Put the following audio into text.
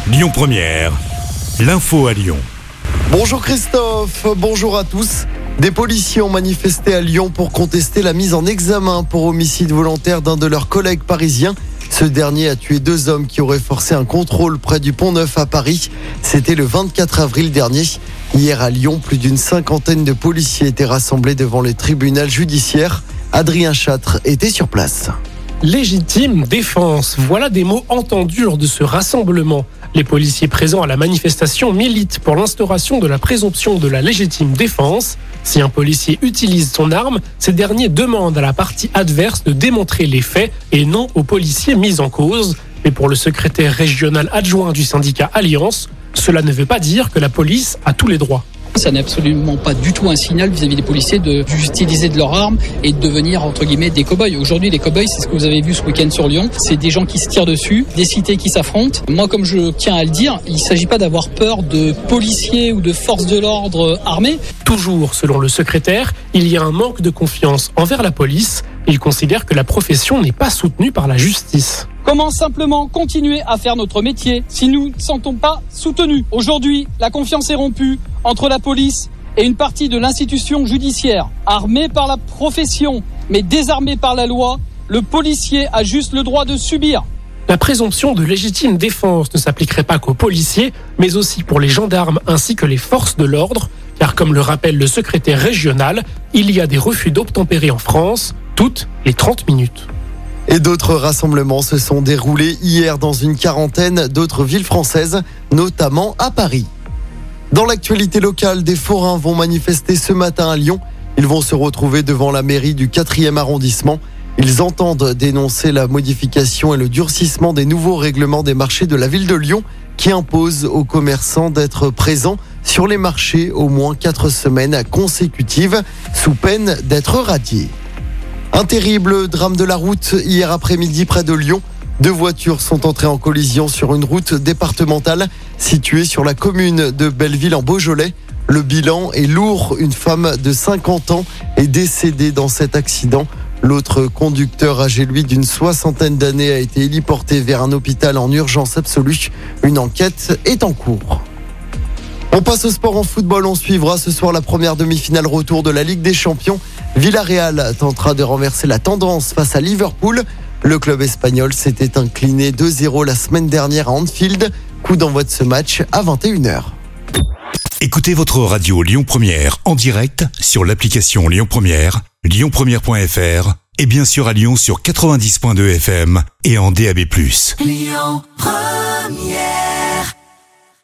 Lyon Première, l'info à Lyon. Bonjour Christophe, bonjour à tous. Des policiers ont manifesté à Lyon pour contester la mise en examen pour homicide volontaire d'un de leurs collègues parisiens. Ce dernier a tué 2 hommes qui auraient forcé un contrôle près du Pont-Neuf à Paris. C'était le 24 avril dernier. Hier à Lyon, plus d'une 50aine de policiers étaient rassemblés devant le tribunal judiciaire. Adrien Châtre était sur place. Légitime défense, voilà des mots entendus lors de ce rassemblement. Les policiers présents à la manifestation militent pour l'instauration de la présomption de la légitime défense. Si un policier utilise son arme, ces derniers demandent à la partie adverse de démontrer les faits et non aux policiers mis en cause. Mais pour le secrétaire régional adjoint du syndicat Alliance, cela ne veut pas dire que la police a tous les droits. Ça n'est absolument pas du tout un signal vis-à-vis des policiers d'utiliser de leurs armes et de devenir, entre guillemets, des cow-boys. Aujourd'hui, les cow-boys, c'est ce que vous avez vu ce week-end sur Lyon. C'est des gens qui se tirent dessus, des cités qui s'affrontent. Moi, comme je tiens à le dire, il ne s'agit pas d'avoir peur de policiers ou de forces de l'ordre armés. Toujours, selon le secrétaire, il y a un manque de confiance envers la police. Il considère que la profession n'est pas soutenue par la justice. Comment simplement continuer à faire notre métier si nous ne sentons pas soutenus ? Aujourd'hui, la confiance est rompue entre la police et une partie de l'institution judiciaire. Armé par la profession, mais désarmé par la loi, le policier a juste le droit de subir. La présomption de légitime défense ne s'appliquerait pas qu'aux policiers, mais aussi pour les gendarmes ainsi que les forces de l'ordre, car comme le rappelle le secrétaire régional, il y a des refus d'obtempérer en France toutes les 30 minutes. Et d'autres rassemblements se sont déroulés hier dans une quarantaine d'autres villes françaises, notamment à Paris. Dans l'actualité locale, des forains vont manifester ce matin à Lyon. Ils vont se retrouver devant la mairie du 4e arrondissement. Ils entendent dénoncer la modification et le durcissement des nouveaux règlements des marchés de la ville de Lyon qui imposent aux commerçants d'être présents sur les marchés au moins 4 semaines consécutives sous peine d'être radiés. Un terrible drame de la route hier après-midi près de Lyon. 2 voitures sont entrées en collision sur une route départementale située sur la commune de Belleville en Beaujolais. Le bilan est lourd. Une femme de 50 ans est décédée dans cet accident. L'autre conducteur, âgé lui d'une 60aine d'années, a été héliporté vers un hôpital en urgence absolue. Une enquête est en cours. On passe au sport en football. On suivra ce soir la première demi-finale retour de la Ligue des Champions. Villarreal tentera de renverser la tendance face à Liverpool. Le club espagnol s'était incliné 2-0 la semaine dernière à Anfield. Coup d'envoi de ce match à 21h. Écoutez votre radio Lyon Première en direct sur l'application Lyon Première, lyonpremière.fr et bien sûr à Lyon sur 90.2 FM et en DAB+. Lyon Première.